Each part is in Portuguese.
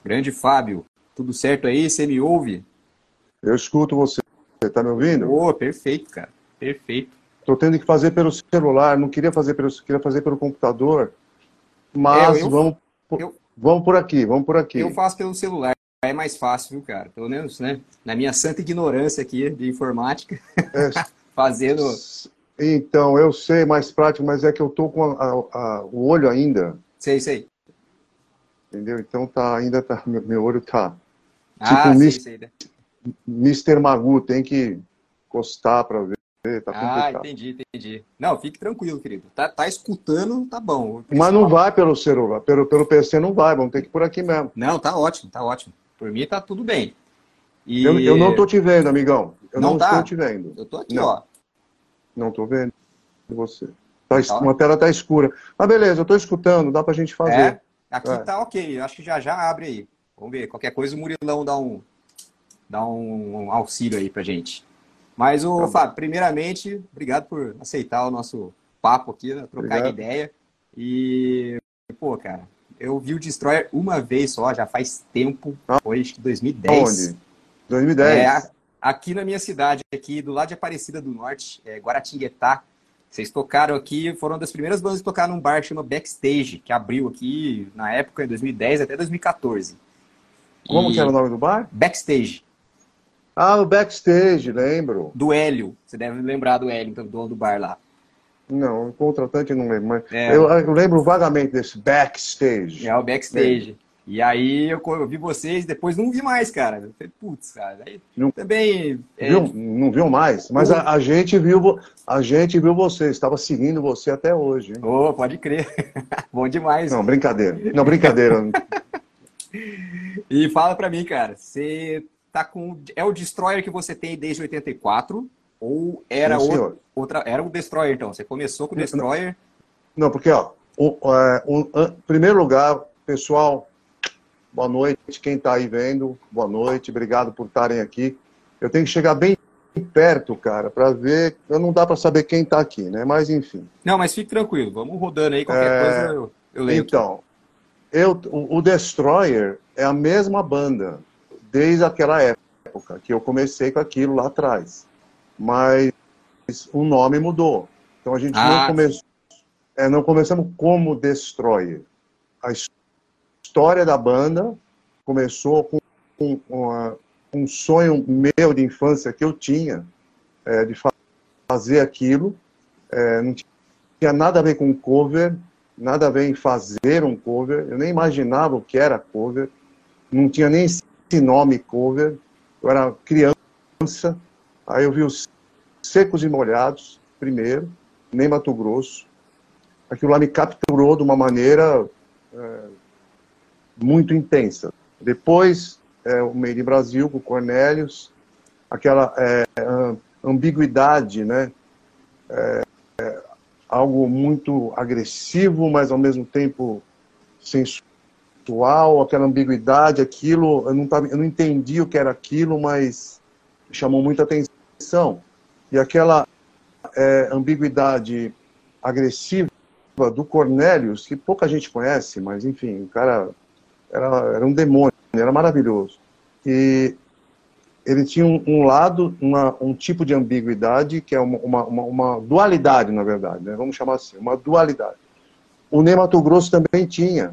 Grande Fábio, tudo certo aí? Você me ouve? Eu escuto você. Você está me ouvindo? Ô, perfeito, cara. Perfeito. Estou tendo que fazer pelo celular. Não queria fazer queria fazer pelo computador. É, Mas eu, vamos por aqui, vamos por eu aqui. faço pelo celular, é mais fácil, viu, cara? Pelo menos, né? Na minha santa ignorância aqui de informática, É, fazendo. então, eu sei, mais prático, mas é que eu estou com o olho ainda, Sei, sei. entendeu? Então ainda tá, meu olho tá tipo Ah, sei, sei, né? Mister Magoo, tem que encostar para ver, tá Ah, complicado. entendi, entendi. Não, fique tranquilo, querido. Tá escutando, tá bom. O Mas não principal. vai pelo celular, pelo PC não vai, vamos ter que ir por aqui mesmo. Não, tá ótimo, tá ótimo. Por mim tá tudo bem. Eu não E estou te vendo, amigão. Eu não não estou tá? te vendo. Eu tô aqui, Não, ó. não estou vendo você. Então tá. Uma tela está escura. Mas beleza, eu estou escutando, dá para a gente É, fazer. aqui É, tá ok. Eu acho que já abre aí. Vamos ver. Qualquer coisa o Murilão dá um auxílio aí pra gente. Mas, tá o bom. Fábio, primeiramente, obrigado por aceitar o nosso papo aqui, né, trocar Obrigado. ideia. E, pô, cara, eu vi o Destroyer uma vez só, já faz tempo, foi acho que 2010. Aonde? É, 2010. aqui na minha cidade, aqui do lado de Aparecida do Norte, Guaratinguetá. Vocês tocaram aqui, foram uma das primeiras bandas que tocaram num bar que chama Backstage, que abriu aqui na época, em 2010 até 2014. Como que era o E nome do bar? Backstage, Ah, o Backstage, lembro. do Hélio, você deve lembrar do Hélio, então, dono do bar lá. Não, o contratante eu não lembro, mas É, eu lembro vagamente desse Backstage. o Lembro. Backstage. E aí eu vi vocês, depois não vi mais, cara. Eu falei, putz, cara. Aí Não também, viu, não viu mais? Mas o, a gente viu você, estava seguindo você até hoje, hein? oh, pode crer, bom demais. Não, brincadeira. Não, brincadeira. E fala pra mim, cara, você tá com. É o Destroyer que você tem desde 84? Ou Sim, era senhor. outra. Era o Destroyer, então? Você começou com o Destroyer? Não, porque, ó, em primeiro lugar, pessoal, boa noite. Quem está aí vendo, boa noite. Obrigado por estarem aqui. Eu tenho que chegar bem perto, cara, para ver. Não dá para saber quem está aqui, né? Mas, enfim. Não, mas fique tranquilo, vamos rodando aí, qualquer coisa eu leio aqui. Então, o Destroyer é a mesma banda, desde aquela época que eu comecei com aquilo lá atrás. Mas o nome mudou. Então, a gente Ah, sim. não começamos como Destroyer. A história da banda começou com um sonho meu de infância que eu tinha, de fazer aquilo. Não tinha nada a ver com cover, nada a ver em fazer um cover. Eu nem imaginava o que era cover. Não tinha nem esse nome cover. Eu era criança. Aí eu vi os Secos e Molhados, primeiro, nem Mato Grosso. Aquilo lá me capturou de uma maneira muito intensa. Depois, o Made in Brasil, com o Cornelius, aquela ambiguidade, né? Algo muito agressivo, mas ao mesmo tempo sensual, aquela ambiguidade, aquilo, eu não entendi o que era aquilo, mas me chamou muita atenção. E aquela ambiguidade agressiva do Cornelius, que pouca gente conhece, mas enfim, o cara era um demônio, era maravilhoso. E ele tinha um lado, um tipo de ambiguidade, que é uma dualidade, na verdade, né? Vamos chamar assim, uma dualidade. O Ney Matogrosso também tinha.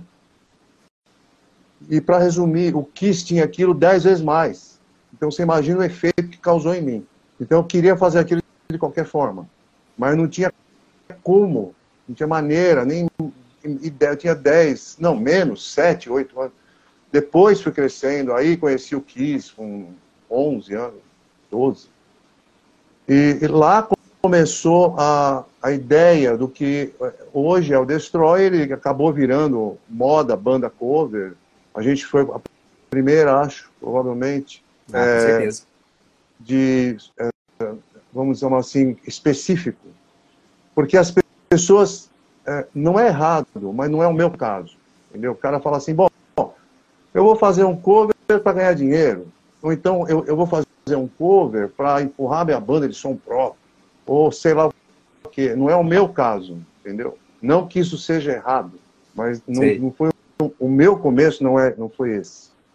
E para resumir, o Kiss tinha aquilo 10 vezes mais. Então você imagina o efeito que causou em mim. Então eu queria fazer aquilo de qualquer forma, mas não tinha como, não tinha maneira, nem ideia. Eu tinha 10, não, menos, 7, 8 anos. Depois fui crescendo, aí conheci o Kiss com 11 anos, 12. E lá começou a ideia do que hoje é o Destroyer, ele acabou virando moda, banda cover. A gente foi a primeira, acho, provavelmente, Ah, com certeza. de, vamos dizer assim, específico. Porque as pessoas, não é errado, mas não é o meu caso. Entendeu? O cara fala assim, bom, eu vou fazer um cover para ganhar dinheiro. Ou então eu vou fazer um cover para empurrar minha banda de som próprio. Ou sei lá o quê. Não é o meu caso, entendeu? Não que isso seja errado, mas Sei. não foi o meu começo, não foi esse.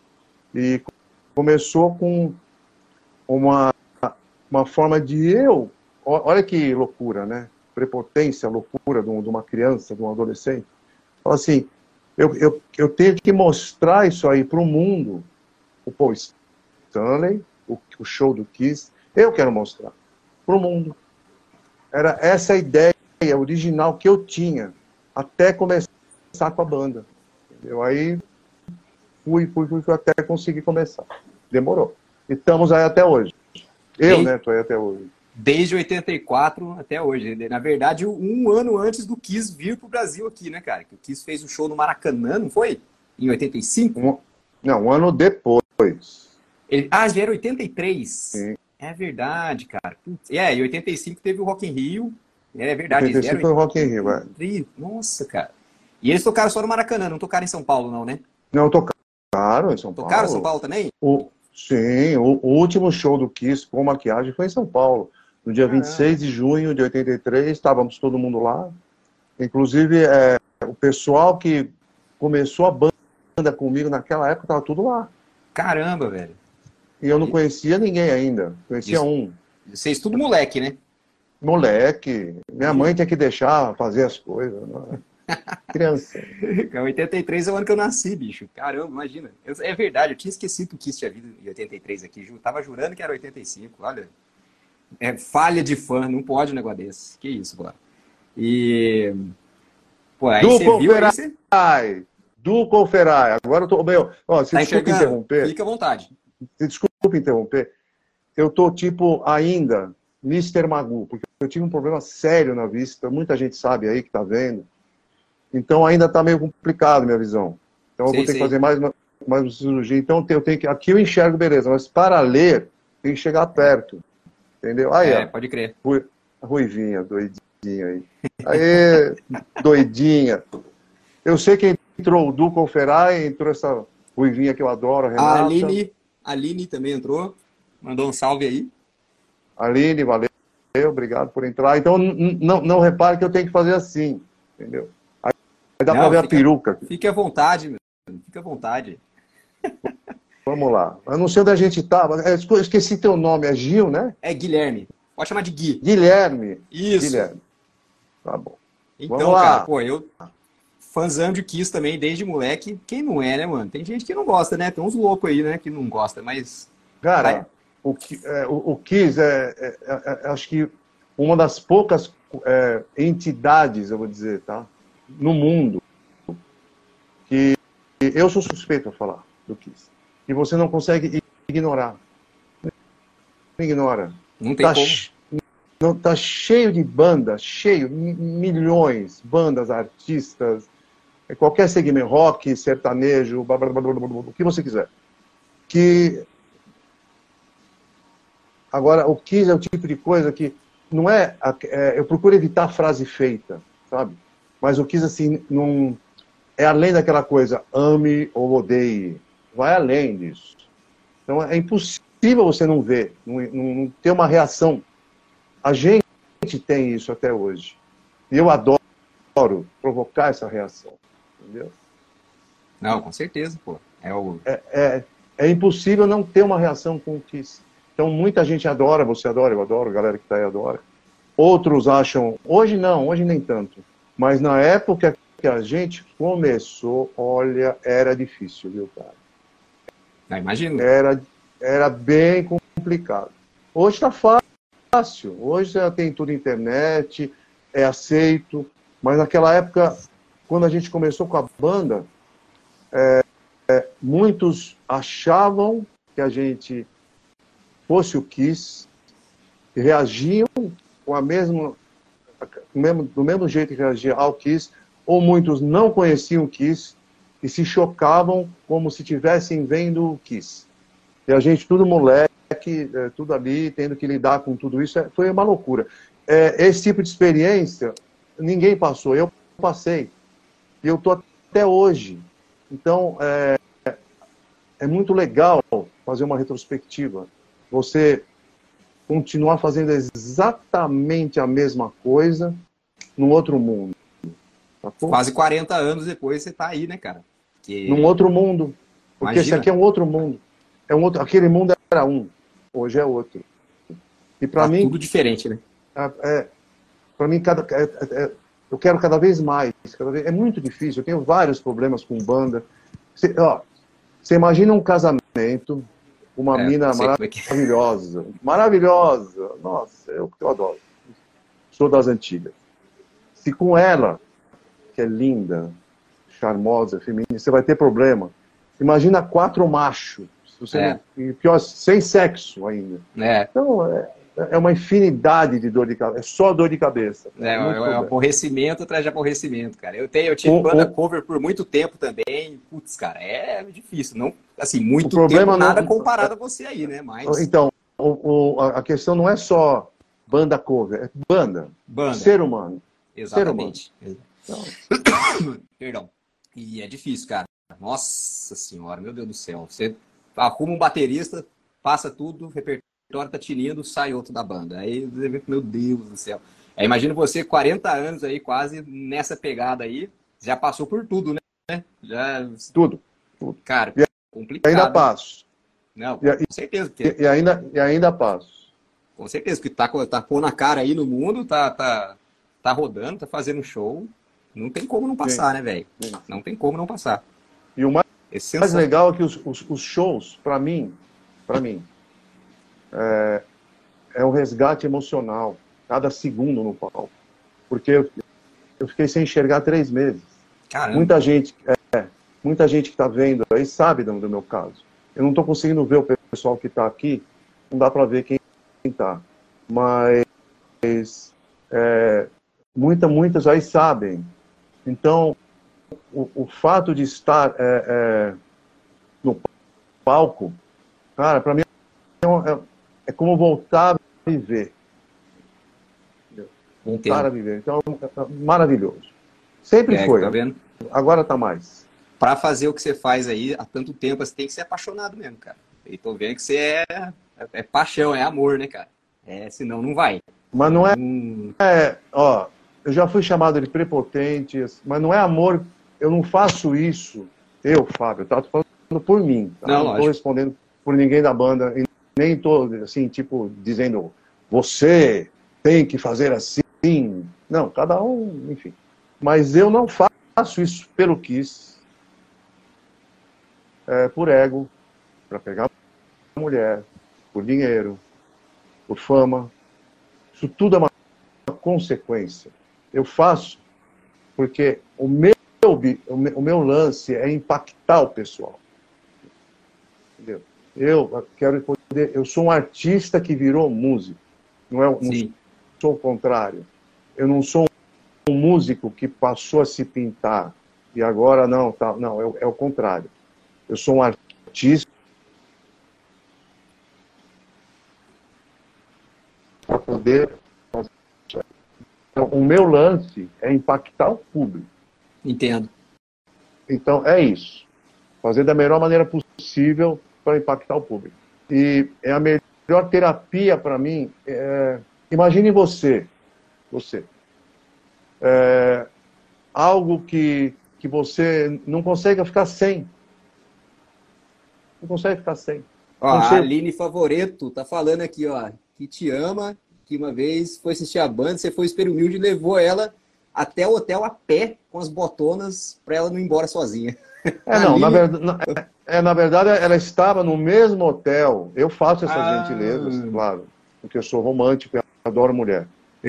E começou com uma forma de olha que loucura, né? Prepotência, loucura de uma criança, de um adolescente. Fala assim, eu tenho que mostrar isso aí para o mundo, o Paul Stanley, o show do Kiss, eu quero mostrar para o mundo. Era essa a ideia original que eu tinha, até começar com a banda. Entendeu? Aí fui até conseguir começar. Demorou. E estamos aí até hoje. Né, estou aí até hoje. Desde 84 até hoje. Na verdade, um ano antes do Kiss vir pro Brasil aqui, né, cara? Que o Kiss fez o show no Maracanã, não foi? Em 85? Não, um ano depois. Já era 83? Sim. É verdade, cara. Em 85 teve o Rock in Rio. É verdade. 85 foi o Rock in Rio, Nossa, cara. E eles tocaram só no Maracanã, não tocaram em São Paulo, não, né? Não, tocaram em São Paulo. Tocaram em São Paulo também? Sim, o último show do Kiss com maquiagem foi em São Paulo. No dia 26 de junho de 83, estávamos todo mundo lá. Inclusive, o pessoal que começou a banda comigo naquela época estava tudo lá. Caramba, velho. E eu não conhecia ninguém ainda. Conhecia um. Vocês tudo moleque, né? Moleque. Minha mãe tinha que deixar fazer as coisas. Né? Criança. 83 é o ano que eu nasci, bicho. Caramba, imagina. É verdade, eu tinha esquecido que o Kiss tinha vindo em 83 aqui. Tava jurando que era 85, olha. É falha de fã, não pode um negócio desse. Que isso, pô. E... Pô, aí você viu aí... Do Conferai. Agora eu tô... Meu, se tá desculpa interromper. Fica à vontade. Desculpa interromper. Eu tô, tipo, ainda Mr. Magoo, porque eu tive um problema sério na vista. Muita gente sabe aí que tá vendo. Então ainda tá meio complicado minha visão. Então eu vou ter que fazer mais uma cirurgia. Então eu tenho que... Aqui eu enxergo, beleza. Mas para ler, tem que chegar perto. Entendeu? Aí, pode crer. Ruivinha, doidinha aí. Aí, doidinha. Eu sei que entrou o Du Conferai, entrou essa ruivinha que eu adoro, a Renata. A Aline também entrou, mandou um salve aí. Aline, valeu, obrigado por entrar. Então, não repare que eu tenho que fazer assim, entendeu? Aí dá pra ver a peruca. Fique à vontade, meu. Fique à vontade. Vamos lá. Eu não sei onde a gente tá, eu esqueci teu nome, é Gil, né? É Guilherme. Pode chamar de Gui. Guilherme. Isso. Guilherme. Tá bom. Então, vamos lá. Cara, pô, eu fãzão de Kiss também, desde moleque. Quem não é, né, mano? Tem gente que não gosta, né? Tem uns loucos aí, né, que não gosta, mas... Cara, o Kiss acho que uma das poucas entidades, eu vou dizer, tá? No mundo, que eu sou suspeito a falar do Kiss. E você não consegue ignorar. Não ignora. Não tem como. Não, tá cheio de bandas, milhões, bandas, artistas, qualquer segmento, rock, sertanejo, blá, blá, blá, blá, blá, o que você quiser. Agora, o Kiss é o tipo de coisa que não eu procuro evitar a frase feita, sabe? Mas o Kiss, assim, não é além daquela coisa, ame ou odeie. Vai além disso. Então, é impossível você não ver, não ter uma reação. A gente tem isso até hoje. E eu adoro provocar essa reação. Entendeu? Não, com certeza, pô. É impossível não ter uma reação com o Kiss. Então, muita gente adora, você adora, eu adoro, a galera que está aí adora. Outros acham, hoje não, hoje nem tanto. Mas na época que a gente começou, olha, era difícil, viu, cara? Imagino. Era bem complicado. Hoje está fácil. Hoje já tem tudo na internet, é aceito. Mas naquela época, quando a gente começou com a banda, muitos achavam que a gente fosse o Kiss, e reagiam do mesmo jeito que reagia ao Kiss, ou muitos não conheciam o Kiss e se chocavam como se estivessem vendo o Kiss. E a gente, tudo moleque, tudo ali, tendo que lidar com tudo isso, foi uma loucura. Esse tipo de experiência, ninguém passou, eu passei. E eu estou até hoje. Então, é muito legal fazer uma retrospectiva. Você continuar fazendo exatamente a mesma coisa num outro mundo. Tá? Quase 40 anos depois você está aí, né, cara? Num outro mundo. Porque esse aqui é um outro mundo. é um outro, aquele mundo era um, hoje é outro. E para Tá mim, tudo diferente, né? para mim eu quero cada vez mais. É muito difícil. Eu tenho vários problemas com banda. Você imagina um casamento, uma mina Sei como é que é. maravilhosa, maravilhosa. Nossa, eu adoro. Sou das antigas. Se com ela, que é linda, charmosa, feminina, você vai ter problema. Imagina 4 machos. Se você não, e pior, sem sexo ainda. É, Então, é uma infinidade de dor de cabeça. É só dor de cabeça. Cara. é, Muito é problema. aborrecimento atrás de aborrecimento, cara. Eu tive banda cover por muito tempo também. Putz, cara, é difícil. Não, assim, O muito tempo, problema nada não. comparado a você aí, né? Mas, Então, a questão não é só banda cover, é banda. banda, Ser humano. Ser humano. exatamente. Então, Perdão. E é difícil, cara. Nossa senhora, meu Deus do céu. Você arruma um baterista, passa tudo, o repertório tá tinindo, sai outro da banda. Aí, meu Deus do céu. Aí, imagina você, 40 anos aí, quase nessa pegada aí, já passou por tudo, né? Já, tudo. Tudo. cara, E ainda complicado, hein? passo. Não, com certeza, porque, E ainda passo. com certeza, que tá pondo a cara aí no mundo, tá rodando, tá fazendo show. Não tem como não Sim, passar, né, velho? sim. Não tem como não passar. E o mais Essencial. legal é que os shows, para mim, é um resgate emocional. Cada segundo no palco. Porque eu fiquei sem enxergar 3 meses. Caramba. Muita gente, muita gente que está vendo aí sabe do meu caso. Eu não estou conseguindo ver o pessoal que está aqui, não dá para ver quem está. Mas muitas aí sabem. Então, o fato de estar no palco, cara, para mim é como voltar a viver. Voltar a Entendo. viver. Então, é maravilhoso. Sempre foi. Tá vendo? Agora está mais. Pra fazer o que você faz aí há tanto tempo, você tem que ser apaixonado mesmo, cara. E tô vendo que você é paixão, é amor, né, cara? Senão não vai. Mas não Não, ó, eu já fui chamado de prepotente, mas não é amor, eu não faço isso, Fábio, tá? Tô falando por mim, tá? não, Não tô lógico. respondendo por ninguém da banda, e nem tô, assim, tipo, dizendo, você tem que fazer assim. Não, cada um, enfim. Mas eu não faço isso pelo quis, por ego, para pegar mulher, por dinheiro, por fama. Isso tudo é uma consequência. Eu faço porque o meu lance é impactar o pessoal. Entendeu? Eu quero poder. Eu sou um artista que virou músico. Não Sim. sou o contrário. Eu não sou um músico que passou a se pintar e agora não, tá, não, é o contrário. Eu sou um artista para poder. Então, o meu lance é impactar o público. Entendo. Então, é isso. Fazer da melhor maneira possível para impactar o público. E é a melhor terapia para mim. Imagine você. Algo que você não consegue ficar sem. Não consegue ficar sem. Ó, Não a sei. Aline Favoreto tá falando aqui, ó, que te ama, que uma vez foi assistir a banda, você foi super humilde e levou ela até o hotel a pé com as botonas pra ela não ir embora sozinha. Não, Aline. na verdade, ela estava no mesmo hotel. Eu faço essas gentilezas, Ah, claro, porque eu sou romântico e adoro mulher.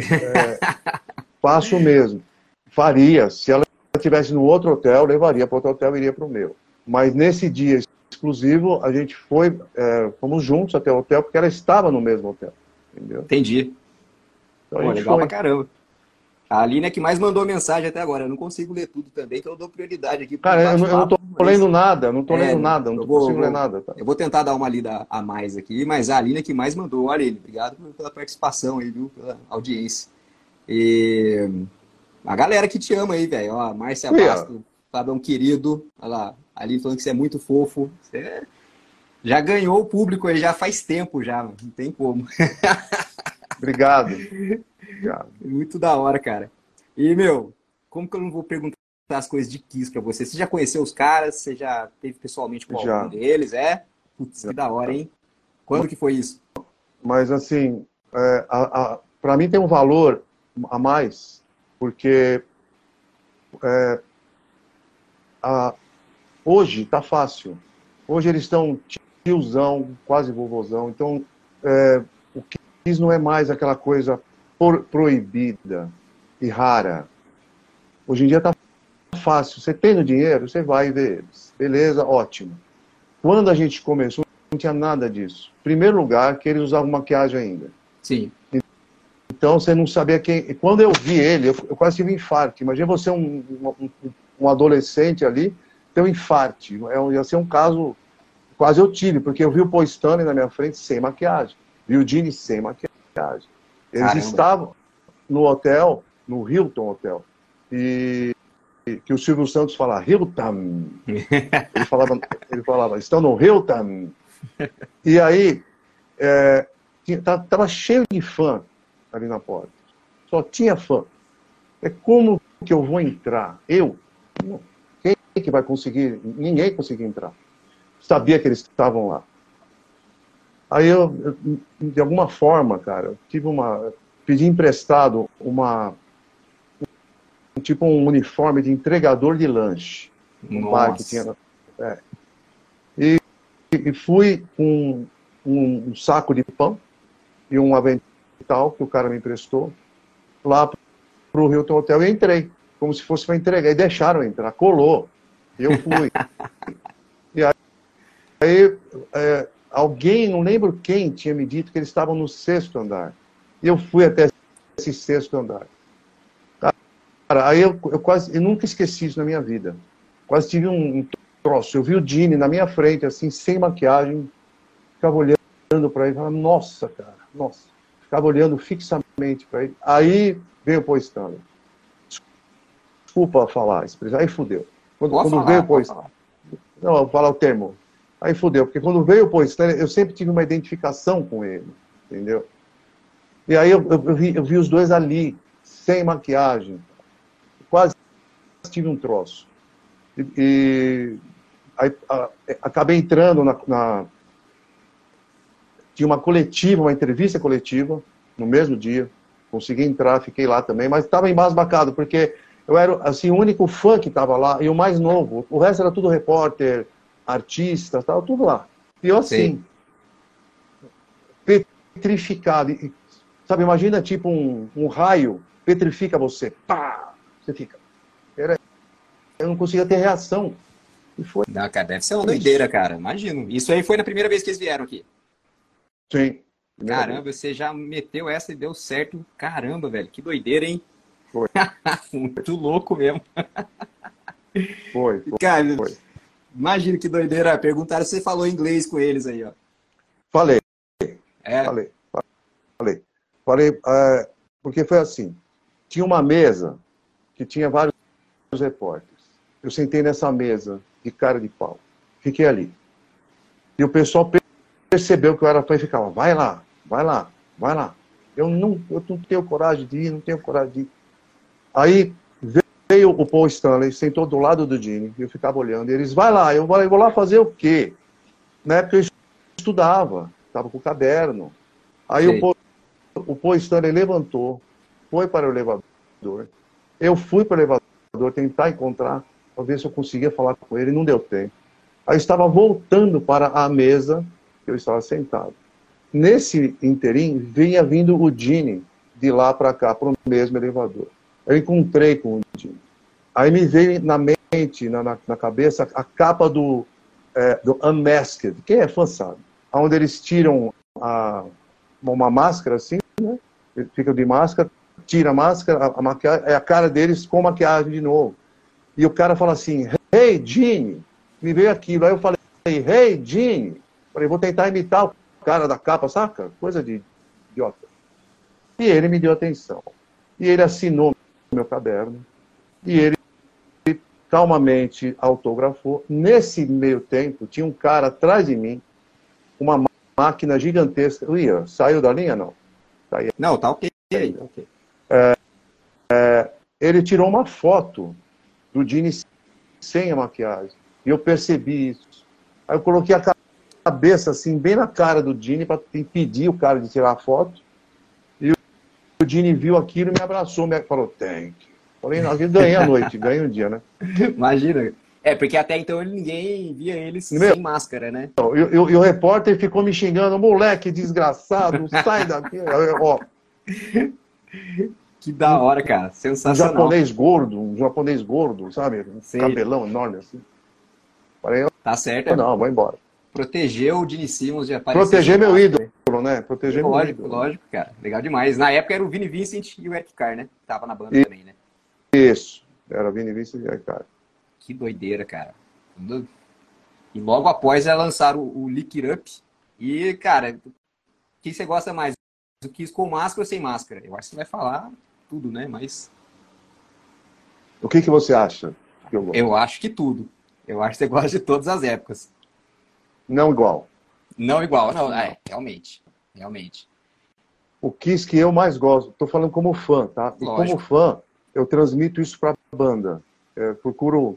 Faço mesmo. Faria. Se ela estivesse no outro hotel, levaria para outro hotel e iria para o meu. Mas nesse dia exclusivo, a gente fomos juntos até o hotel, porque ela estava no mesmo hotel. Entendeu? entendi. Então a Pô, gente legal pra foi. caramba. A Aline é que mais mandou mensagem até agora. Eu não consigo ler tudo também, então eu dou prioridade aqui pro Cara, eu não bate-papo. estou lendo nada, não estou lendo Né, nada, não eu tô conseguindo ler vou, nada. Tá? eu vou tentar dar uma lida a mais aqui, mas a Aline é que mais mandou. Olha, Aline, obrigado pela participação aí, viu? Pela audiência. E a galera que te ama aí, velho. Ó, Márcia E, ó, Basto, Fabião querido. Olha lá, a Aline falando que você é muito fofo. Você já ganhou o público aí, já faz tempo já, não tem como. obrigado. Obrigado. Muito da hora, cara. E, meu, como que eu não vou perguntar as coisas de Kiss pra você? Você já conheceu os caras? Você já teve pessoalmente com algum Já. deles? É? Putz, que da hora, hein? Quando que foi isso? Mas, assim, para mim tem um valor a mais, porque hoje está fácil. Hoje eles estão tiozão, quase vovozão. Então, o Kiss não é mais aquela coisa proibida e rara. Hoje em dia está fácil. Você tem o dinheiro, você vai ver eles. Beleza, ótimo. Quando a gente começou, não tinha nada disso. Primeiro lugar, que eles usavam maquiagem ainda. Sim. Então você não sabia quem. E quando eu vi ele, eu quase tive um infarto. Imagina você, um adolescente ali, ter um infarto. Ia ser um caso. Quase eu tive, porque eu vi o Paul Stanley na minha frente sem maquiagem. Vi o Gene sem maquiagem. Eles Caramba. estavam no hotel, no Hilton Hotel. E que o Silvio Santos fala, Hilton. Ele falava, estão no Hilton. E aí, tava cheio de fã ali na porta. Só tinha fã. Como que eu vou entrar? Eu? Não. Quem que vai conseguir? Ninguém conseguia entrar. Sabia que eles estavam lá. Aí eu de alguma forma, cara, pedi emprestado tipo um uniforme de entregador de lanche. Um bar que tinha. E fui com um saco de pão e um avental que o cara me emprestou lá pro Hilton Hotel e entrei, como se fosse para entregar. E deixaram entrar, colou. E eu fui. E aí alguém, não lembro quem, tinha me dito que eles estavam no 6º andar. E eu fui até esse 6º andar. Cara, aí eu nunca esqueci isso na minha vida. Quase tive um troço. Eu vi o Gene na minha frente, assim, sem maquiagem, ficava olhando para ele, falava, nossa, cara, nossa. Ficava olhando fixamente para ele. Aí veio o Paul Stanley. Desculpa falar, expressar. Aí fudeu. Quando veio o Paul Stanley. Não, eu vou falar o termo. Aí fudeu, porque quando veio o Paul Stanley, eu sempre tive uma identificação com ele, entendeu? E aí eu vi os dois ali, sem maquiagem. Quase tive um troço. Aí, acabei entrando tinha uma coletiva, uma entrevista coletiva, no mesmo dia. Consegui entrar, fiquei lá também, mas estava embasbacado, porque eu era assim, o único fã que estava lá, e o mais novo. O resto era tudo repórter, artistas, estava tudo lá. E eu assim, petrificado. Sabe, imagina tipo um raio, petrifica você. Pá! Você fica. Eu não conseguia ter reação. E foi. Não, cara, deve ser uma doideira, cara. Imagino. Isso aí foi na primeira vez que eles vieram aqui. Sim. Caramba, você já meteu essa e deu certo. Caramba, velho, que doideira, hein? Foi. Muito louco mesmo. Foi. Cara, imagina que doideira. Perguntaram se você falou inglês com eles aí, ó. Falei. É? Falei, porque foi assim. Tinha uma mesa que tinha vários repórteres. Eu sentei nessa mesa de cara de pau. Fiquei ali. E o pessoal percebeu que eu era fã e ficava, vai lá. Eu não tenho coragem de ir, não tenho coragem de ir. Aí veio o Paul Stanley, sentou do lado do Gene, e eu ficava olhando. E eles, vai lá, eu vou lá fazer o quê? Na época eu estudava, estava com o caderno. Aí o Paul Stanley levantou, foi para o elevador. Eu fui para o elevador tentar encontrar, para ver se eu conseguia falar com ele, não deu tempo. Aí eu estava voltando para a mesa que eu estava sentado. Nesse interim, vinha vindo o Gene de lá para cá, para o mesmo elevador. Eu encontrei com o Gene. Aí me veio na mente, na cabeça, a capa do Unmasked. Quem é fã sabe? Onde eles tiram uma máscara assim, né? Fica de máscara, tira a máscara, a maquiagem, é a cara deles com maquiagem de novo. E o cara fala assim, hey, Gene, me veio aquilo. Aí eu falei, hey, Gene. Falei, vou tentar imitar o cara da capa, saca? Coisa de idiota. E ele me deu atenção. E ele assinou meu caderno. E ele calmamente autografou. Nesse meio tempo, tinha um cara atrás de mim, uma máquina gigantesca. Ia, saiu da linha, não? Não, tá ok. Okay. Ele tirou uma foto do Gene sem a maquiagem. E eu percebi isso. Aí eu coloquei a cabeça, assim, bem na cara do Gini, para impedir o cara de tirar a foto. E o Gini viu aquilo e me abraçou, me falou, tem. Falei, não, ganhei a noite, ganhei um dia, né? Imagina. É, porque até então ninguém via eles Meu, sem máscara, né? e o repórter ficou me xingando, moleque desgraçado, sai daqui. Ó, Que da hora, cara. Sensacional. um japonês gordo, sabe? Um Sei. cabelão enorme assim. Falei, Tá certo, não, vou embora. protegeu o Gene Simmons de aparecer sem Proteger meu máscara. ídolo, né? Proteger meu Lógico, ídolo. lógico, cara. Legal demais. Na época era o Vini Vincent e o Eric Carr, né? Tava na banda também, né? Isso. Era Vini Vincent e cara. Que doideira, cara. E logo após ela lançaram o Lick It Up. E, cara, o que você gosta mais? O Kiss com máscara ou sem máscara? Eu acho que você vai falar tudo, né? Mas O que você acha que eu gosto? eu acho que tudo. Eu acho que você gosta de todas as épocas. Não igual. Não igual, não. É, realmente. Realmente. O Kiss que eu mais gosto, estou falando como fã, tá? E Lógico. como fã, eu transmito isso para a banda. Procuro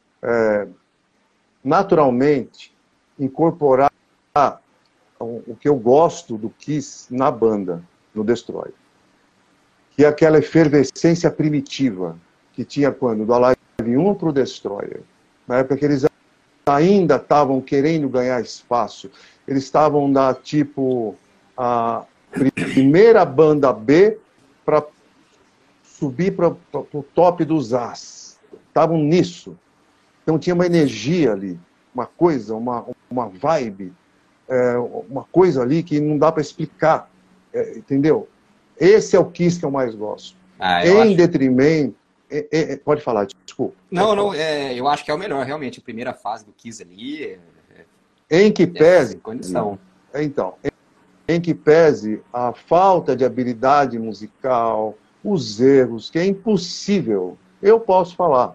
naturalmente incorporar o que eu gosto do Kiss na banda, no Destroy. Que é aquela efervescência primitiva que tinha quando, do Alive 1 para o Destroyer. Na época que eles ainda estavam querendo ganhar espaço. Eles estavam da tipo a primeira banda B para subir para o top dos As. Estavam nisso. Então tinha uma energia ali, uma coisa, uma vibe, uma coisa ali que não dá para explicar, entendeu? Esse é o Kiss que eu mais gosto. Em detrimento... pode falar, desculpa. Não, não, eu acho que é o melhor, realmente. A primeira fase do Kiss ali em que pese... sem condição. Então, em que pese a falta de habilidade musical, os erros, que é impossível. Eu posso falar,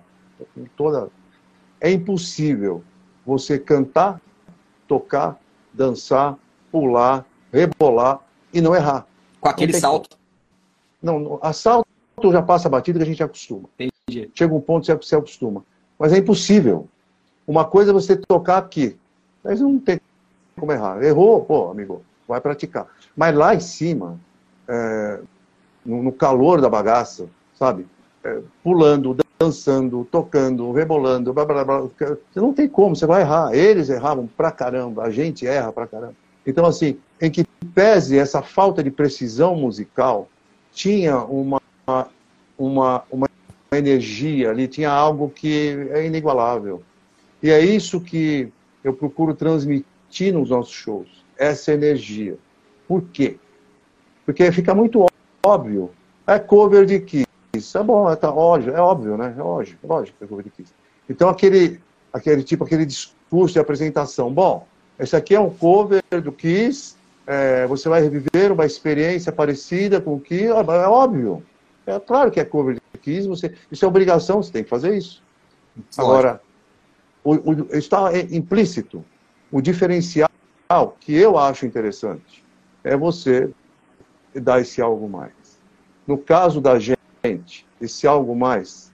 é impossível você cantar, tocar, dançar, pular, rebolar e não errar. Com aquele salto. Não, a salto já passa batido que a gente acostuma. Entendi. Chega um ponto que você acostuma. Mas é impossível. Uma coisa é você tocar aqui. Mas não tem como errar. Errou, pô, amigo, vai praticar. Mas lá em cima, no calor da bagaça, sabe? Pulando, dançando, tocando, rebolando, blá, blá, blá, você não tem como, você vai errar. Eles erravam pra caramba, a gente erra pra caramba. Então, assim, em que pese essa falta de precisão musical, tinha uma energia ali, tinha algo que é inigualável. E é isso que eu procuro transmitir nos nossos shows, essa energia. Por quê? Porque fica muito óbvio. É cover de Kiss. É bom, é óbvio, né? É lógico que é cover de Kiss. Então, aquele discurso de apresentação. Bom, esse aqui é um cover do Kiss, você vai reviver uma experiência parecida com o Kiss, é óbvio. É claro que é cover de Kiss, isso é obrigação, você tem que fazer isso. Agora, está implícito. O diferencial que eu acho interessante é você dar esse algo mais. No caso da gente, esse algo mais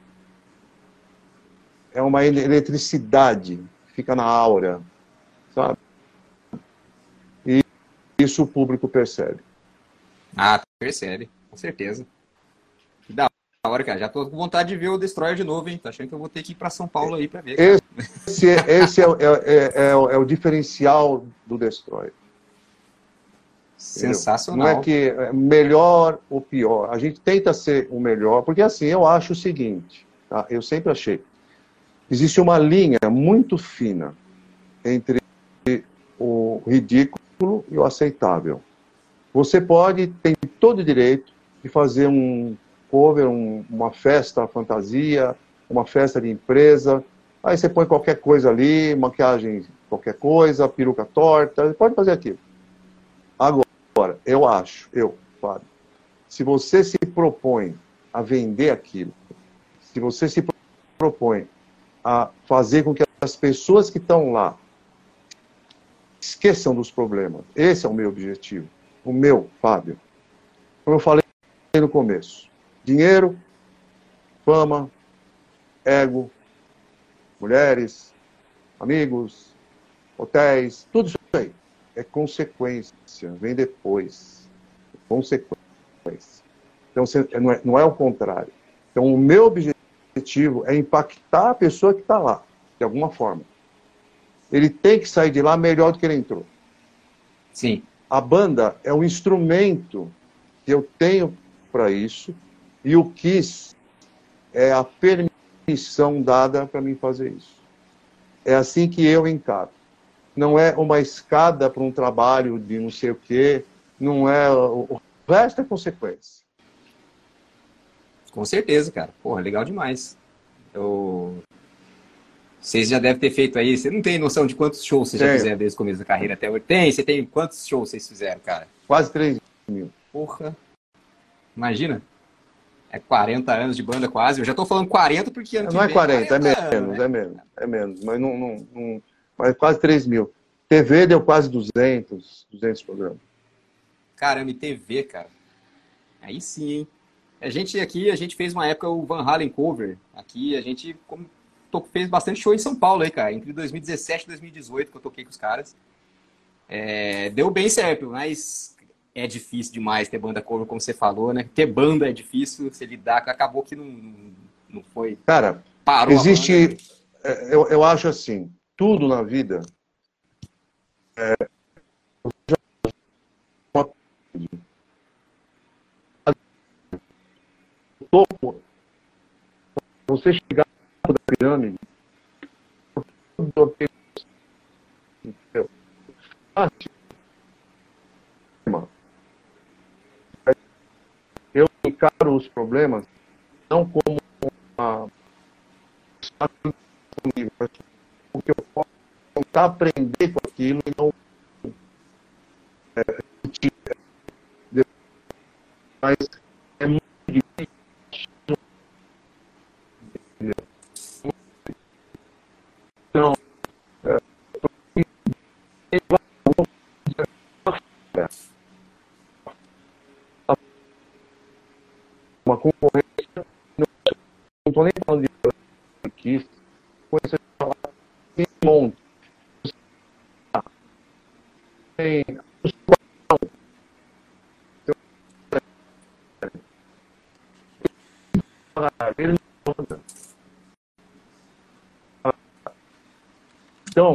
é uma eletricidade que fica na aura, sabe? E isso o público percebe. Ah, percebe, com certeza. Que da hora, cara. Já tô com vontade de ver o Destroyer de novo, hein? Tô achando que eu vou ter que ir pra São Paulo aí pra ver. Cara. Esse é o diferencial do Destroyer. Sensacional. Não é que é melhor ou pior. A gente tenta ser o melhor, porque assim, eu acho o seguinte, tá? Eu sempre achei. Existe uma linha muito fina entre o ridículo e o aceitável. Você tem todo o direito de fazer um cover, uma festa fantasia, uma festa de empresa, aí você põe qualquer coisa ali, maquiagem qualquer coisa, peruca torta, pode fazer aquilo. Agora, Fábio, se você se propõe a vender aquilo, se você se propõe a fazer com que as pessoas que estão lá esqueçam dos problemas, esse é o meu objetivo, o meu, Fábio. Como eu falei no começo, dinheiro, fama, ego, mulheres, amigos, hotéis, tudo isso aí. É consequência, vem depois. É consequência. Então, não é o contrário. Então, o meu objetivo é impactar a pessoa que está lá, de alguma forma. Ele tem que sair de lá melhor do que ele entrou. Sim. A banda é um instrumento que eu tenho para isso, e o Kiss é a permissão dada para mim fazer isso. É assim que eu encaro. Não é uma escada para um trabalho de não sei o quê, não é... O resto é consequência. Com certeza, cara. Porra, legal demais. Vocês já devem ter feito aí. Você não tem noção de quantos shows vocês já Tenho. fizeram desde o começo da carreira até hoje? Tem? Você tem quantos shows vocês fizeram, cara? Quase 3 mil. Porra. Imagina. É 40 anos de banda quase. Eu já tô falando 40 porque ano que Não é vem 40, é menos, anos, né? é menos. Mas, mas quase 3 mil. TV deu quase 200 programas. Caramba, e TV, cara. Aí sim, hein? A gente fez uma época o Van Halen cover. Aqui a gente fez bastante show em São Paulo aí, cara. Entre 2017 e 2018 que eu toquei com os caras. Deu bem certo, mas é difícil demais ter banda cover, como você falou, né? Ter banda é difícil, você lidar, acabou que não foi. Cara, Parou existe. A banda. Eu acho assim, tudo na vida. O topo, você chegar no topo da pirâmide, tudo fácil. Eu encaro os problemas não como uma porque eu posso tentar aprender com aquilo e não mas é muito difícil. Então, uma concorrência, não estou nem falando de Kiss, concorrência de monte. Tem então,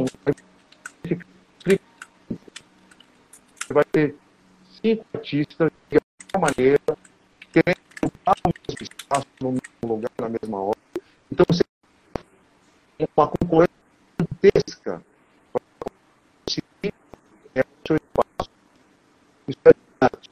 você vai ter 5 artistas de alguma maneira querendo ocupar o mesmo espaço no mesmo lugar, na mesma hora. Então, você tem uma concorrência gigantesca para conseguir o seu espaço. Isso é arte.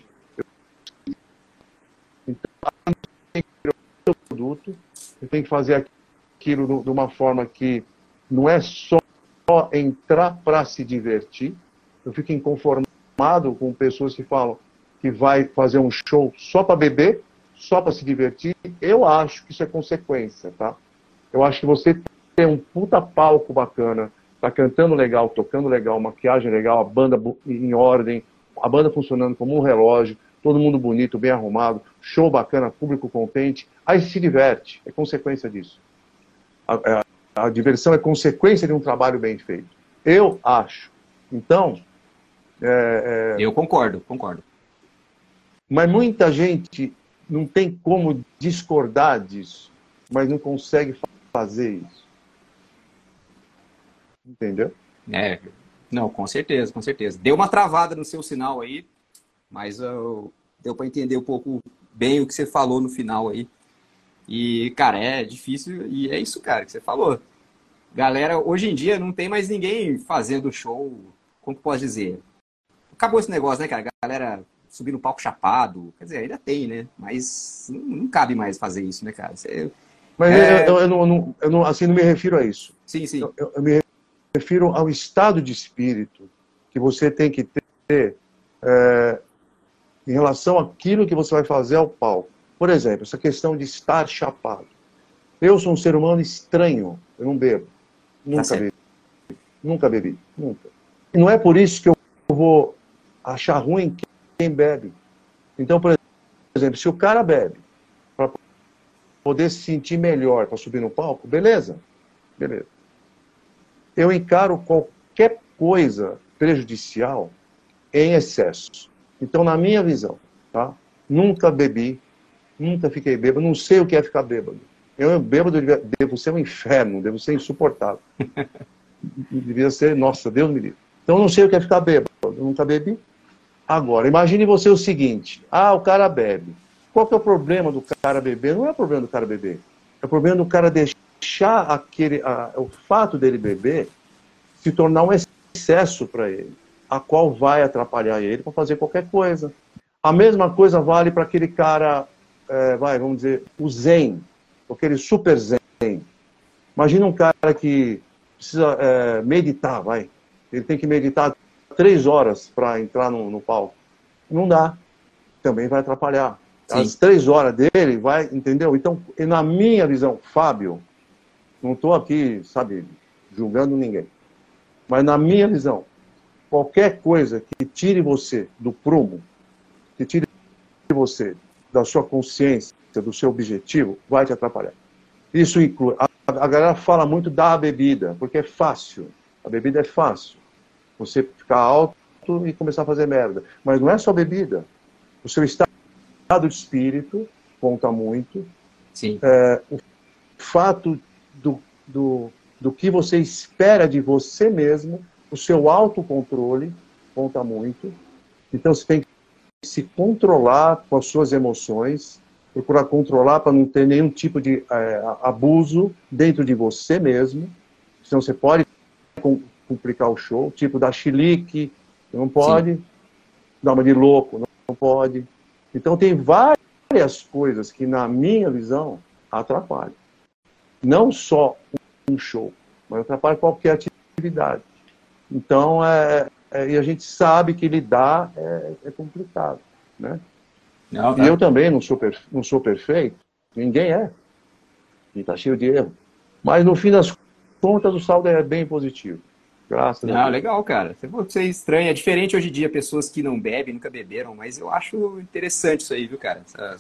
Então, você tem que criar o seu produto, você tem que fazer aquilo de uma forma que não é só entrar para se divertir. Eu fico inconformado com pessoas que falam que vai fazer um show só para beber, só para se divertir. Eu acho que isso é consequência, tá? Eu acho que você tem um puta palco bacana, tá cantando legal, tocando legal, maquiagem legal, a banda em ordem, a banda funcionando como um relógio, todo mundo bonito, bem arrumado, show bacana, público contente, aí se diverte, é consequência disso. A diversão é consequência de um trabalho bem feito. Eu acho. Então... Eu concordo. Mas muita gente não tem como discordar disso, mas não consegue fazer isso. Entendeu? Não, com certeza. Deu uma travada no seu sinal aí, mas deu para entender um pouco bem o que você falou no final aí. E, cara, é difícil, e é isso, cara, que você falou. Galera, hoje em dia não tem mais ninguém fazendo show, como que posso dizer? Acabou esse negócio, né, cara? Galera subir no palco chapado, quer dizer, ainda tem, né? Mas não cabe mais fazer isso, né, cara? Mas eu não, assim, não me refiro a isso. Sim. Eu me refiro ao estado de espírito que você tem que ter em relação àquilo que você vai fazer ao palco. Por exemplo, essa questão de estar chapado. Eu sou um ser humano estranho, eu não bebo. Nunca bebi. E não é por isso que eu vou achar ruim quem bebe. Então, por exemplo, se o cara bebe para poder se sentir melhor para subir no palco, beleza. Eu encaro qualquer coisa prejudicial em excesso. Então, na minha visão, tá? Nunca bebi, nunca fiquei bêbado, não sei o que é ficar bêbado. Eu bêbado devo ser um inferno, devo ser insuportável. Devia ser, nossa, Deus me livre. Então, eu não sei o que é ficar bêbado, eu nunca bebi. Agora, imagine você o seguinte, o cara bebe. Qual que é o problema do cara beber? Não é o problema do cara beber. É o problema do cara deixar o fato dele beber se tornar um excesso para ele, a qual vai atrapalhar ele para fazer qualquer coisa. A mesma coisa vale para aquele cara, vamos dizer, o zen, aquele super zen. Imagina um cara que precisa meditar, ele tem que meditar 3 horas para entrar no palco. Não dá. Também vai atrapalhar. Sim. As 3 horas dele vai, entendeu? Então, na minha visão, Fábio, não estou aqui, sabe, julgando ninguém, mas na minha visão, qualquer coisa que tire você do prumo, que tire você da sua consciência, do seu objetivo, vai te atrapalhar. Isso inclui... A galera fala muito da bebida, porque é fácil. A bebida é fácil. Você ficar alto e começar a fazer merda. Mas não é só bebida. O seu estado de espírito conta muito. Sim. O fato do que você espera de você mesmo, o seu autocontrole conta muito. Então você tem que se controlar com as suas emoções, procurar controlar para não ter nenhum tipo de abuso dentro de você mesmo, senão você pode complicar o show, tipo dar chilique, não pode, dar uma de louco, não pode. Então tem várias coisas que, na minha visão, atrapalham. Não só um show, mas atrapalha qualquer atividade. Então, e a gente sabe que lidar é complicado, né? Não, tá. E eu também não sou perfeito, ninguém é. E está cheio de erro. Mas, no fim das contas, o saldo é bem positivo. Graças a Deus. Legal, cara. Você é estranho. É diferente hoje em dia, pessoas que não bebem, nunca beberam, mas eu acho interessante isso aí, viu, cara?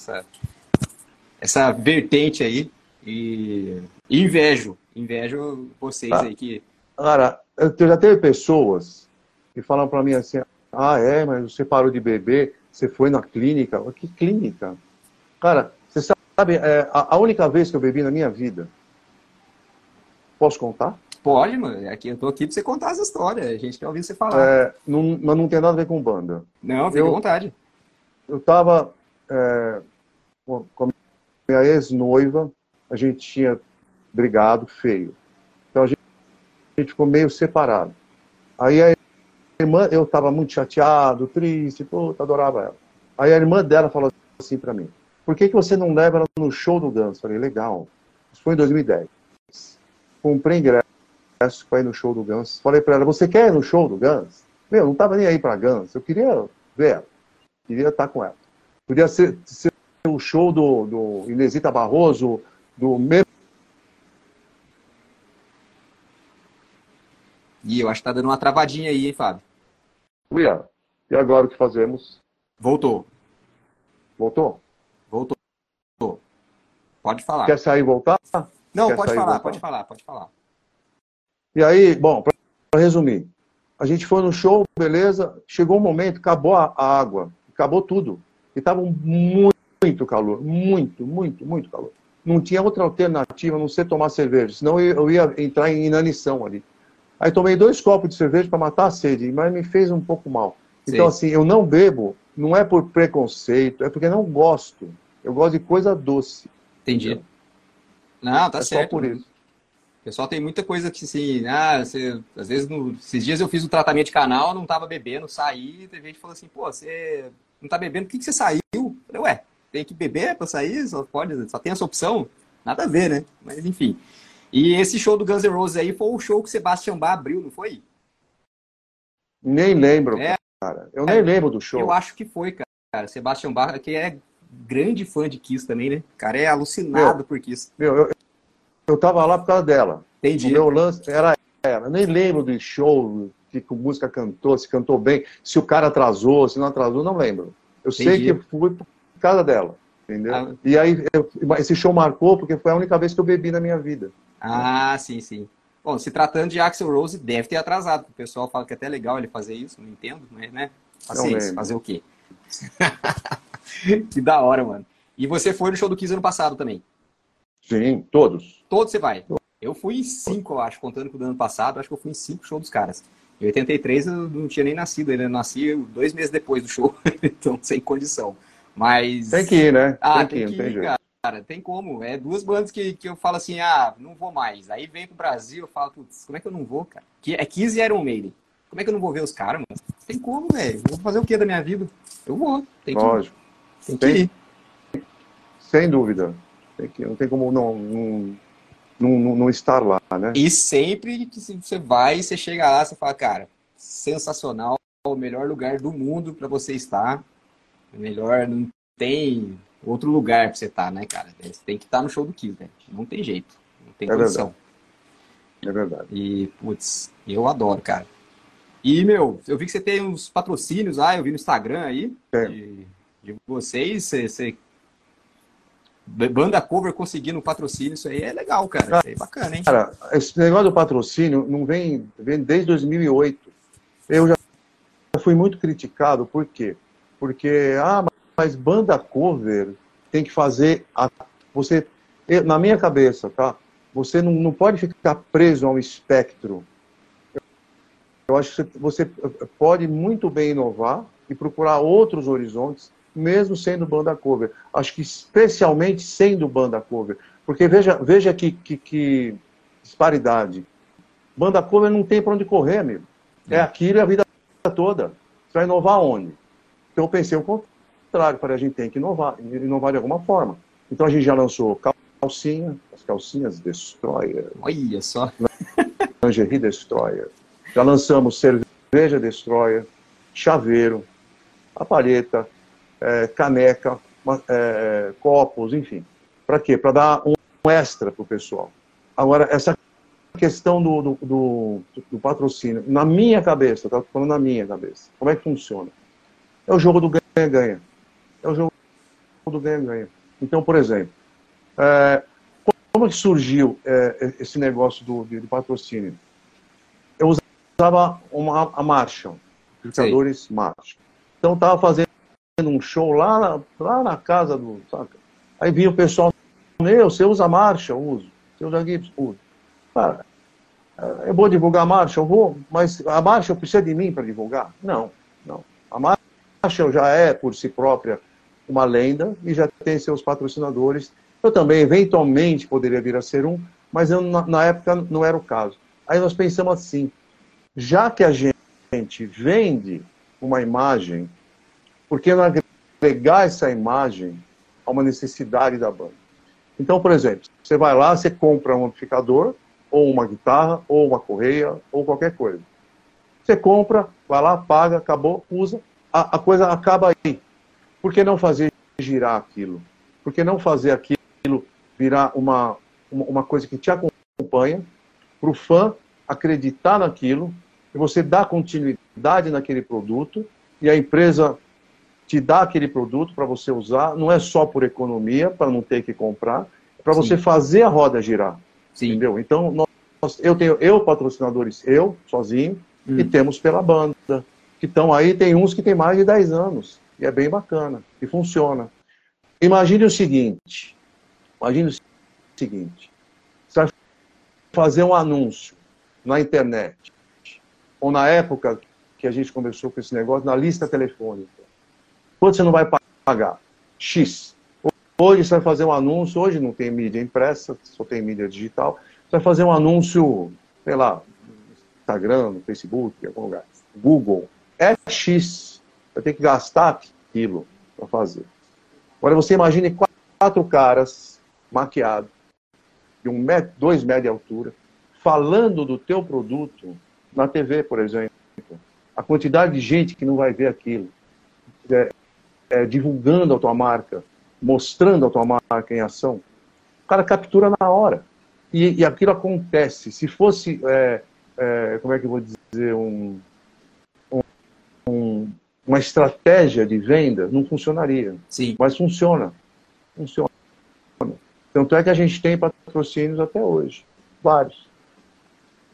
Essa vertente aí. E invejo vocês aí que... Cara, já teve pessoas que falam para mim assim, mas você parou de beber, você foi na clínica. Que clínica? Cara, você sabe, a única vez que eu bebi na minha vida, posso contar? Pode, mano. Eu tô aqui pra você contar essa história. A gente quer ouvir você falar. Mas não tem nada a ver com banda. Não, fica à vontade. Eu tava com a minha ex-noiva, a gente tinha brigado feio. Então a gente ficou meio separado. Aí a irmã, eu tava muito chateado, triste, puta, adorava ela. Aí a irmã dela falou assim pra mim, por que você não leva ela no show do Guns? Falei, legal. Isso foi em 2010. Comprei ingresso para ir no show do Guns. Falei para ela, você quer ir no show do Guns? Meu, não tava nem aí para Guns. Eu queria ver ela. Queria estar com ela. Podia ser o show do Inesita Barroso, do mesmo... E eu acho que tá dando uma travadinha aí, hein, Fábio? E agora o que fazemos? Voltou. Voltou? Voltou. Pode falar. Quer sair e voltar? Não, Quer pode sair e falar, voltar? pode falar. E aí, bom, para resumir, a gente foi no show, beleza, chegou um momento, acabou a água, acabou tudo. E estava muito calor, muito calor. Não tinha outra alternativa a não ser tomar cerveja, senão eu ia entrar em inanição ali. Aí tomei 2 copos de cerveja para matar a sede, mas me fez um pouco mal. Então, assim, eu não bebo, não é por preconceito, é porque não gosto. Eu gosto de coisa doce. Entendi. Entendeu? Não, tá certo. Só por isso. O pessoal tem muita coisa que, assim, às vezes, esses dias eu fiz um tratamento de canal, não tava bebendo, saí, teve gente que falou assim, pô, você não tá bebendo, por que você saiu? Eu falei, tem que beber pra sair? Só tem essa opção? Nada a ver, né? Mas, enfim. E esse show do Guns N' Roses aí foi o show que o Sebastian Bach abriu, não foi? Nem lembro, cara. Eu nem lembro do show. Eu acho que foi, cara. Sebastian Bach, que é grande fã de Kiss também, né? O cara é alucinado por Kiss. Eu tava lá por causa dela. Entendi. O meu lance era ela. Eu nem lembro do show, que música cantou, se cantou bem, se o cara atrasou, se não atrasou, não lembro. Eu sei que eu fui por causa dela, entendeu? E aí, esse show marcou porque foi a única vez que eu bebi na minha vida. Sim. Bom, se tratando de Axl Rose, deve ter atrasado. O pessoal fala que é até legal ele fazer isso, não entendo, mas, né? Paciência, fazer o quê? Que da hora, mano. E você foi no show do Kiss ano passado também? Sim, todos. Todos você vai? Eu fui em 5, eu acho, contando com o do ano passado, acho que eu fui em 5 shows dos caras. Em 83 eu não tinha nem nascido, ainda nasci 2 meses depois do show, então sem condição. Mas... Tem que ir, né? Ah, tem que ir, não tem jeito. Cara, tem como. É 2 bandas que eu falo assim, não vou mais. Aí vem pro Brasil, eu falo, putz, como é que eu não vou, cara? É Kiss e Iron Maiden. Como é que eu não vou ver os caras, mano? Tem como, velho. Vou fazer o que da minha vida? Eu vou. Lógico. Tem que ir. Sem dúvida. Não tem como não estar lá, né? E sempre que você vai, você chega lá, você fala, cara, sensacional, o melhor lugar do mundo para você estar. Melhor, não tem outro lugar pra você estar, né, cara? Você tem que estar no show do Kiss, né? Não tem jeito. Não tem condição. É verdade. E, putz, eu adoro, cara. E, meu, eu vi que você tem uns patrocínios lá, eu vi no Instagram aí, de vocês, você... Banda cover conseguindo patrocínio, isso aí é legal, cara. Isso aí é bacana, hein? Cara, esse negócio do patrocínio não vem desde 2008. Eu já fui muito criticado, por quê? Porque, mas banda cover tem que fazer... na minha cabeça, tá? Você não pode ficar preso a um espectro. Eu acho que você pode muito bem inovar e procurar outros horizontes, mesmo sendo banda cover. Acho que especialmente sendo banda cover. Porque veja que disparidade. Banda cover não tem para onde correr, amigo. É aquilo e a vida toda. Você vai inovar onde? Então eu pensei o contrário, a gente tem que inovar de alguma forma. Então a gente já lançou calcinha, as calcinhas Destroyer. Olha só. Lingerie Destroyer. Já lançamos cerveja Destroyer, chaveiro, a palheta, caneca, copos, enfim. Para quê? Para dar um extra para o pessoal. Agora, essa questão do patrocínio, na minha cabeça, tá falando na minha cabeça, como é que funciona? É o jogo do ganha-ganha. É o jogo do ganha-ganha. Então, por exemplo, como que surgiu esse negócio do patrocínio? Eu usava a Marshall, amplificadores Marshall. Então, estava fazendo um show lá na casa do... Saca? Aí vinha o pessoal, você usa Marshall? Uso. Você usa Gibson? Uso. Cara, eu vou divulgar a Marshall? Vou, mas a Marshall precisa de mim para divulgar? Não. A Marshall já é, por si própria, uma lenda e já tem seus patrocinadores. Eu também, eventualmente, poderia vir a ser um, mas na época não era o caso. Aí nós pensamos assim, já que a gente vende uma imagem, por que não agregar essa imagem a uma necessidade da banda? Então, por exemplo, você vai lá, você compra um amplificador, ou uma guitarra, ou uma correia, ou qualquer coisa. Você compra, vai lá, paga, acabou, usa, a coisa acaba aí. Por que não fazer girar aquilo? Por que não fazer aquilo virar uma coisa que te acompanha, para o fã acreditar naquilo, e você dá continuidade naquele produto, e a empresa te dá aquele produto para você usar, não é só por economia, para não ter que comprar, é para você fazer a roda girar. Sim. Entendeu? Então, eu tenho patrocinadores, sozinho, e temos pela banda, que estão aí, tem uns que tem mais de 10 anos, e é bem bacana, e funciona. Imagine o seguinte, você vai fazer um anúncio na internet, ou na época que a gente começou com esse negócio, na lista telefônica. Quanto você não vai pagar? X. Hoje você vai fazer um anúncio, hoje não tem mídia impressa, só tem mídia digital, você vai fazer um anúncio, sei lá, no Instagram, no Facebook, em algum lugar. Google. É X. Vai ter que gastar aquilo para fazer. Agora você imagine 4 caras maquiados, de 2 metros de altura, falando do teu produto na TV, por exemplo. A quantidade de gente que não vai ver aquilo. Divulgando a tua marca, mostrando a tua marca em ação. O cara captura na hora. E aquilo acontece. Se fosse, como é que eu vou dizer, uma estratégia de venda, não funcionaria. Sim. Mas funciona. Tanto é que a gente tem patrocínios até hoje. Vários.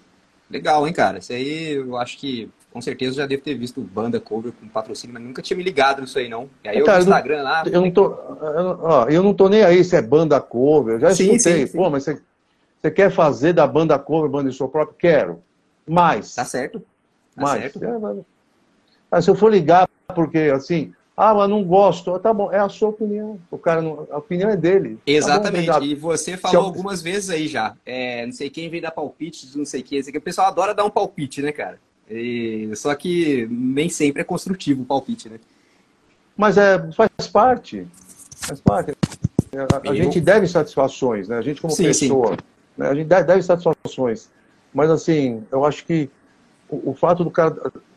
Legal, hein, cara? Isso aí eu acho que com certeza já devo ter visto banda cover com patrocínio, mas nunca tinha me ligado nisso aí, não. E aí eu vi o Cara, Instagram lá, eu não falei, tô, eu não tô nem aí se é banda cover. Eu já sim, sim, escutei. Pô, sim. mas você quer fazer da banda cover, banda de sua própria? Quero. Tá Mais. certo, tá Mais. certo. Se eu for ligar, porque assim, mas não gosto, tá bom, é a sua opinião. O cara não, a opinião é dele. Tá bom, Exatamente. obrigado. E você Se, falou algumas vezes aí já. Não sei quem vem dar palpite, não sei quem, não sei o que. O pessoal adora dar um palpite, né, cara? Só que nem sempre é construtivo o palpite, né? mas faz parte. Faz parte. A Eu, gente deve satisfações, né? A gente como sim, sim. pessoa, né? A gente deve satisfações. Mas assim, eu acho que o fato do cara.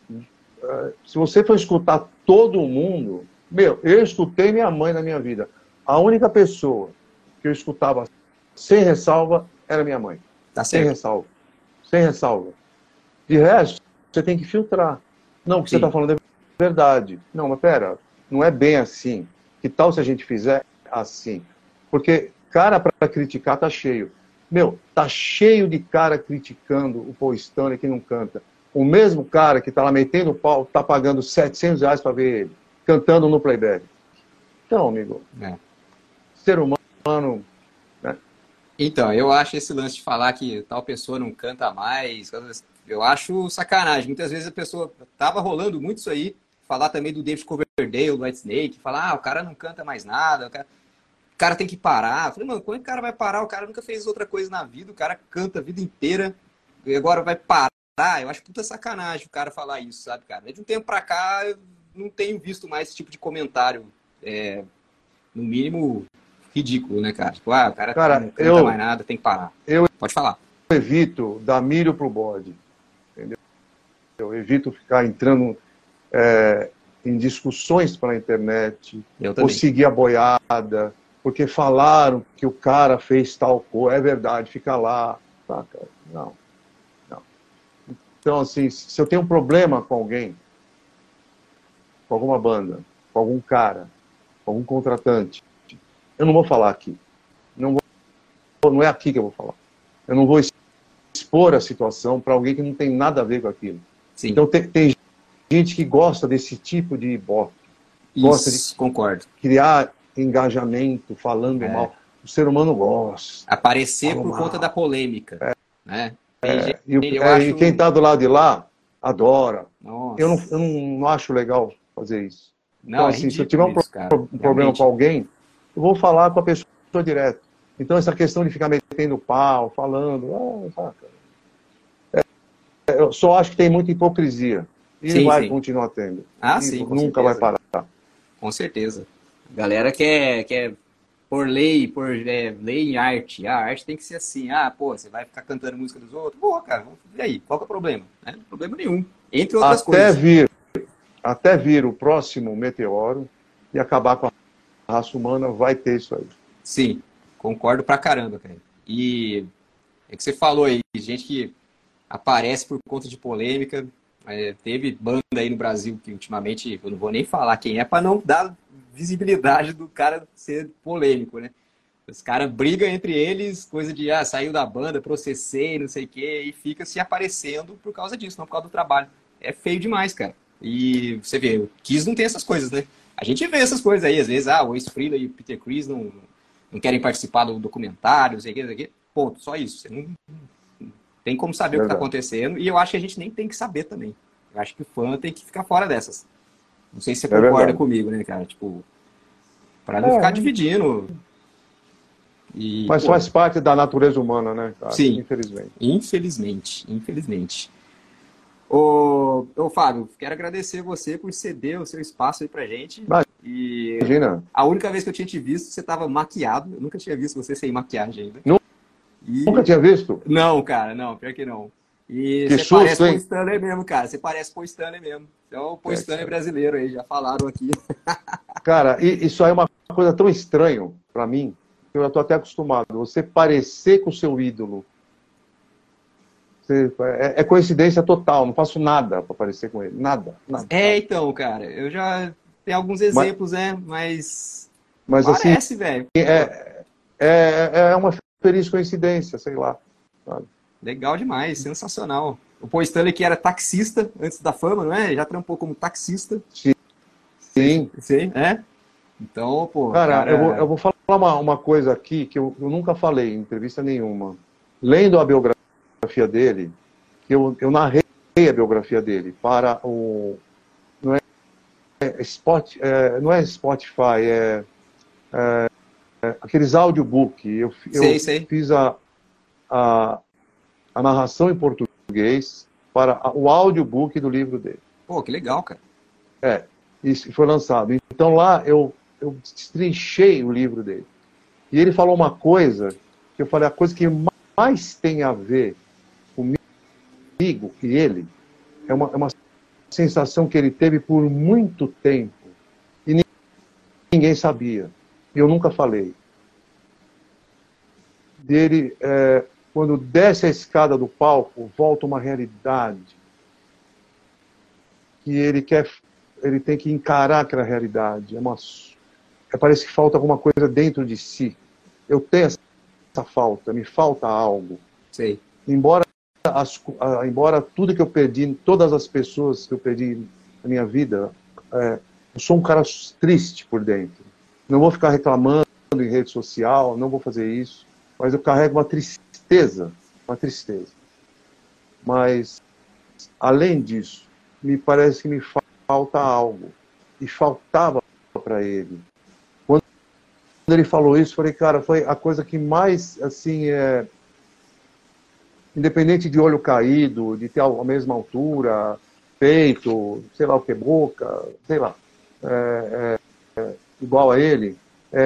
Se você for escutar todo mundo. Eu escutei minha mãe na minha vida. A única pessoa que eu escutava sem ressalva era minha mãe. Tá Sem certo. ressalva. Sem ressalva. De resto, você tem que filtrar. Não, o que você está Sim, falando é verdade. Não, mas pera, não é bem assim. Que tal se a gente fizer assim? Porque cara para criticar tá cheio. Tá cheio de cara criticando o Paul Stanley que não canta. O mesmo cara que tá lá metendo o pau tá pagando R$ 700 para ver ele cantando no playback. Então, amigo, é. ser humano, né? Então, eu acho esse lance de falar que tal pessoa não canta mais, eu acho sacanagem. Muitas vezes a pessoa tava rolando muito isso aí, falar também do David Coverdale, do Whitesnake, falar, o cara não canta mais nada, o cara tem que parar. Eu falei, mano, quando o cara vai parar? O cara nunca fez outra coisa na vida, o cara canta a vida inteira e agora vai parar. Eu acho puta sacanagem o cara falar isso, sabe, cara? De um tempo pra cá, eu não tenho visto mais esse tipo de comentário, no mínimo ridículo, né, cara? Tipo, o cara não Cara, canta mais nada, tem que parar. eu Pode falar. evito dar milho pro bode. Entendeu? Eu evito ficar entrando em discussões pela internet, Eu ou também. seguir a boiada, porque falaram que o cara fez tal coisa, é verdade, fica lá. Tá, cara? Não, não. Então, assim, se eu tenho um problema com alguém, com alguma banda, com algum cara, com algum contratante, eu não vou falar aqui. Não é aqui que eu vou falar. Eu não vou expor a situação para alguém que não tem nada a ver com aquilo. Sim. Então, tem gente que gosta desse tipo de ibope, gosta de Isso, concordo. criar engajamento, falando É. mal. O ser humano gosta, Aparecer fala por conta da mal. polêmica, né? Tem gente, eu E quem acho. está do lado de lá, adora. Eu Nossa. não acho legal fazer isso. Então, Não, é assim, se eu tiver ridículo isso, cara. um problema com Realmente. alguém, eu vou falar com a pessoa direto. Então, essa questão de ficar metendo pau, falando, saca? Eu só acho que tem muita hipocrisia. E Sim, vai sim. continuar tendo. Ah, E sim, com nunca vai certeza. parar. Com certeza. A galera quer por lei, lei em arte. A arte tem que ser assim. Pô, você vai ficar cantando música dos outros? Pô, cara, e aí? Qual que é o problema? Problema nenhum. Entre outras Até coisas. vir, até vir o próximo meteoro e acabar com a raça humana, vai ter isso aí. Sim, concordo pra caramba, cara. E é que você falou aí, gente que aparece por conta de polêmica. Teve banda aí no Brasil que ultimamente, eu não vou nem falar quem é, para não dar visibilidade do cara ser polêmico, né? Os caras brigam entre eles, coisa de, saiu da banda, processei, não sei o quê, e fica se aparecendo por causa disso, não por causa do trabalho. É feio demais, cara. E você vê, o Kiss não tem essas coisas, né? A gente vê essas coisas aí, às vezes, o Ace Frehley e o Peter Criss não querem participar do documentário, não sei o quê, não sei o quê. Ponto, só isso. Você não tem como saber o que está Verdade. acontecendo, e eu acho que a gente nem tem que saber também. Eu acho que o fã tem que ficar fora dessas. Não sei se você É concorda verdade. comigo, né, cara? Tipo, pra não ficar É, dividindo. E, mas pô, faz parte da natureza humana, né, cara? sim, Infelizmente. infelizmente, infelizmente. Ô Fábio, quero agradecer você por ceder o seu espaço aí pra gente. E Imagina. a única vez que eu tinha te visto, você tava maquiado. Eu nunca tinha visto você sem maquiagem ainda. Nunca E tinha visto? não, cara, não, pior que não. E Que você parece susto, Paul hein? Stanley mesmo, cara. Você parece Paul Stanley mesmo. Então, o Paul É, Stanley cara. brasileiro aí, já falaram aqui. Cara, isso aí é uma coisa tão estranho para mim, que eu já tô até acostumado. Você parecer com o seu ídolo. É coincidência total, não faço nada para parecer com ele. Nada, nada, nada. Então, cara, eu já tenho alguns Mas, exemplos, né? Mas mas assim, parece, velho. Pô, é uma feliz coincidência, sei lá. Sabe? legal demais, sensacional. O Paul Stanley que era taxista antes da fama, não é? Já trampou como taxista. Sim. Sim, é? Então, pô, Cara, eu vou falar uma coisa aqui que eu nunca falei em entrevista nenhuma. Lendo a biografia dele, eu narrei a biografia dele para o... Não não é Spotify, aqueles audiobook. Eu sei. fiz a narração em português para o audiobook do livro dele. Pô, que legal, cara. Isso foi lançado. Então lá eu destrinchei o livro dele. E ele falou uma coisa, que eu falei, a coisa que mais tem a ver comigo e ele, é uma sensação que ele teve por muito tempo. E ninguém sabia. E eu nunca falei. Dele, quando desce a escada do palco, volta uma realidade. Que ele tem que encarar aquela realidade. Parece que falta alguma coisa dentro de si. Eu tenho essa falta, me falta algo. Sei. Embora tudo que eu perdi, todas as pessoas que eu perdi na minha vida, eu sou um cara triste por dentro. Não vou ficar reclamando em rede social, não vou fazer isso, mas eu carrego uma tristeza. Mas, além disso, me parece que me falta algo. E faltava para ele. Quando ele falou isso, eu falei, cara, foi a coisa que mais, assim, independente de olho caído, de ter a mesma altura, peito, sei lá o que, boca, sei lá, igual a ele,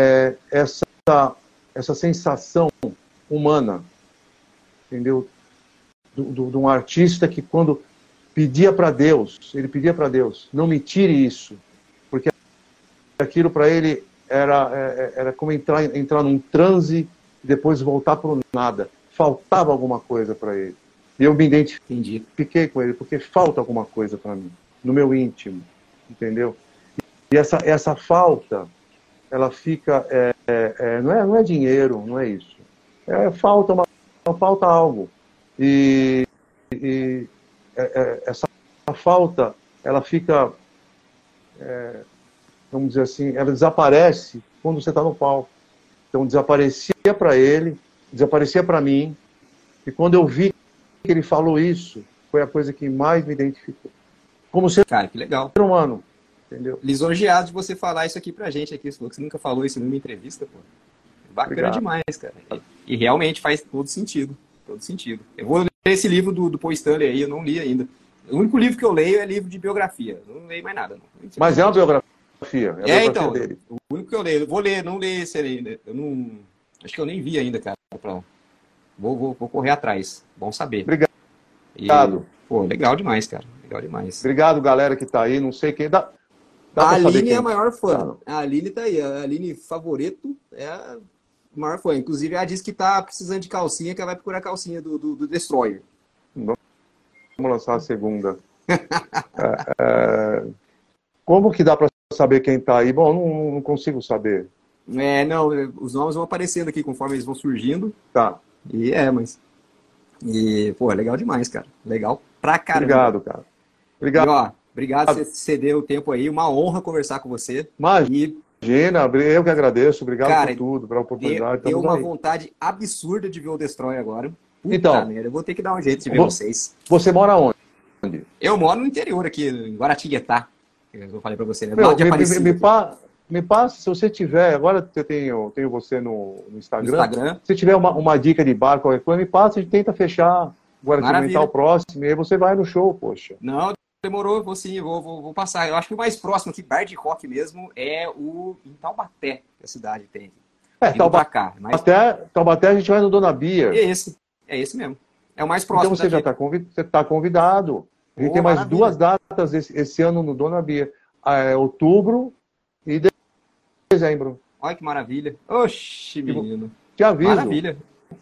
essa sensação humana, entendeu? De um artista que quando pedia para Deus, não me tire isso, porque aquilo para ele era como entrar num transe e depois voltar para o nada. Faltava alguma coisa para ele. E eu me identifiquei com ele, porque falta alguma coisa para mim, no meu íntimo, entendeu? E essa falta, ela fica, não é dinheiro, não é isso. Falta algo. E essa falta, ela fica, vamos dizer assim, ela desaparece quando você está no palco. Então desaparecia para ele, desaparecia para mim, e quando eu vi que ele falou isso, foi a coisa que mais me identificou. Como ser Cara, que legal. humano, entendeu? Lisonjeado de você falar isso aqui pra gente, aqui, você falou que você nunca falou isso numa entrevista, pô. Bacana Obrigado. Demais, cara. E realmente faz todo sentido. Eu vou ler esse livro do Paul Stanley aí, eu não li ainda. O único livro que eu leio é livro de biografia. Eu não leio mais nada. Não. Mas é uma biografia. É a biografia então, dele. o único que eu leio. Eu vou ler, não ler esse ainda. Eu não. Acho que eu nem vi ainda, cara. Vou correr atrás. Bom saber. Obrigado. Pô, legal demais, cara. Legal demais. Obrigado, galera que tá aí. Não sei quem. Dá a Aline é a maior fã. A Aline tá aí. A Aline Favoreto é a maior fã. Inclusive, ela disse que tá precisando de calcinha, que ela vai procurar a calcinha do Destroyer. Vamos lançar a segunda. Como que dá para saber quem tá aí? Bom, não consigo saber. Não, os nomes vão aparecendo aqui conforme eles vão surgindo. Tá. Pô, legal demais, cara. Legal pra caramba. Obrigado, cara. Obrigado. E, ó, obrigado por você ceder o tempo aí. Uma honra conversar com você. Imagina, eu que agradeço. Obrigado, cara, por tudo, pela oportunidade. Deu uma vontade absurda de ver o Destroy agora. Puta então, merda, eu vou ter que dar um jeito de ver vocês. Você mora onde? Eu moro no interior aqui, em Guaratinguetá. Eu falei pra você, né? Me passa, se você tiver, agora eu tenho você no Instagram. Se tiver uma dica de bar, qualquer coisa, me passa, a gente tenta fechar Guaratinguetá o próximo, e aí você vai no show, poxa. Não, demorou, vou sim, vou passar. Eu acho que o mais próximo aqui, bar de rock mesmo, é em Taubaté, que a cidade tem. Taubaté a gente vai no Dona Bia. É esse mesmo. É o mais próximo. Então você está convidado. A gente tem mais duas datas esse ano no Dona Bia. Outubro e dezembro. Olha que maravilha. Oxi, menino. Te aviso. Maravilha.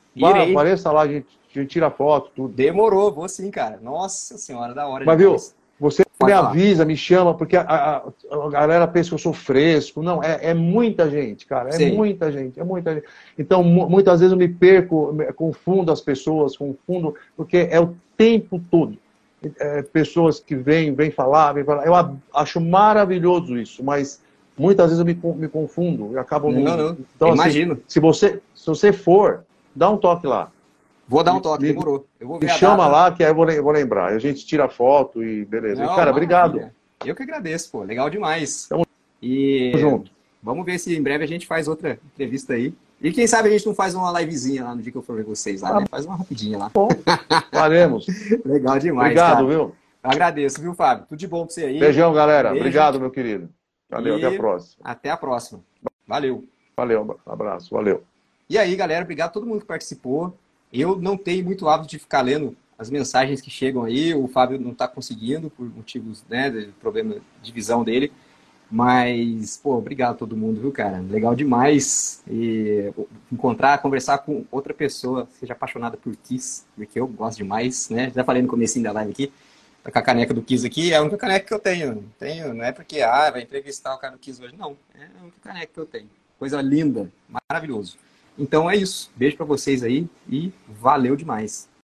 Apareça lá, a gente tira foto, tudo. Demorou, vou sim, cara. Nossa senhora, da hora. Mas viu, Você Pode me falar. avisa, me chama, porque a galera pensa que eu sou fresco. Não, é muita gente, cara. É Sei. muita gente, é muita gente. Então, muitas vezes eu me perco, confundo as pessoas, confundo, porque é o tempo todo. Pessoas que vêm falar, vêm falar. Eu acho maravilhoso isso, mas muitas vezes eu me confundo e acabo Não, não. não. Então, assim, Imagino. se você for, dá um toque lá. Vou dar um Me, toque, me- demorou. Eu vou me ver a chama data. lá, que aí eu vou lembrar. A gente tira foto e beleza. E, Não, cara, obrigado. maravilha. Eu que agradeço, pô. Legal demais. Tamo E junto. vamos ver se em breve a gente faz outra entrevista aí. E quem sabe a gente não faz uma livezinha lá no dia que eu for ver vocês lá, Tá né? Faz uma rapidinha lá. bom. Faremos. Legal demais, Obrigado, cara. viu? Eu agradeço, viu, Fábio? Tudo de bom pra você aí. Beijão, galera. Beijo Obrigado, meu querido. Valeu, até a e próxima. até a próxima. Valeu. Valeu, abraço, valeu. E aí, galera, obrigado a todo mundo que participou. Eu não tenho muito hábito de ficar lendo as mensagens que chegam aí. O Fábio não está conseguindo por motivos, né, de problema de visão dele. Mas, pô, obrigado a todo mundo, viu, cara? Legal demais. E encontrar, conversar com outra pessoa, seja apaixonada por Kiss, porque eu gosto demais, né? Já falei no comecinho da live aqui, tá com a caneca do Kiss aqui, é a única caneca que eu tenho. Tenho, não é porque, vai entrevistar o cara do Kiss hoje, não. É a única caneca que eu tenho. Coisa linda, maravilhoso. Então é isso. Beijo pra vocês aí e valeu demais.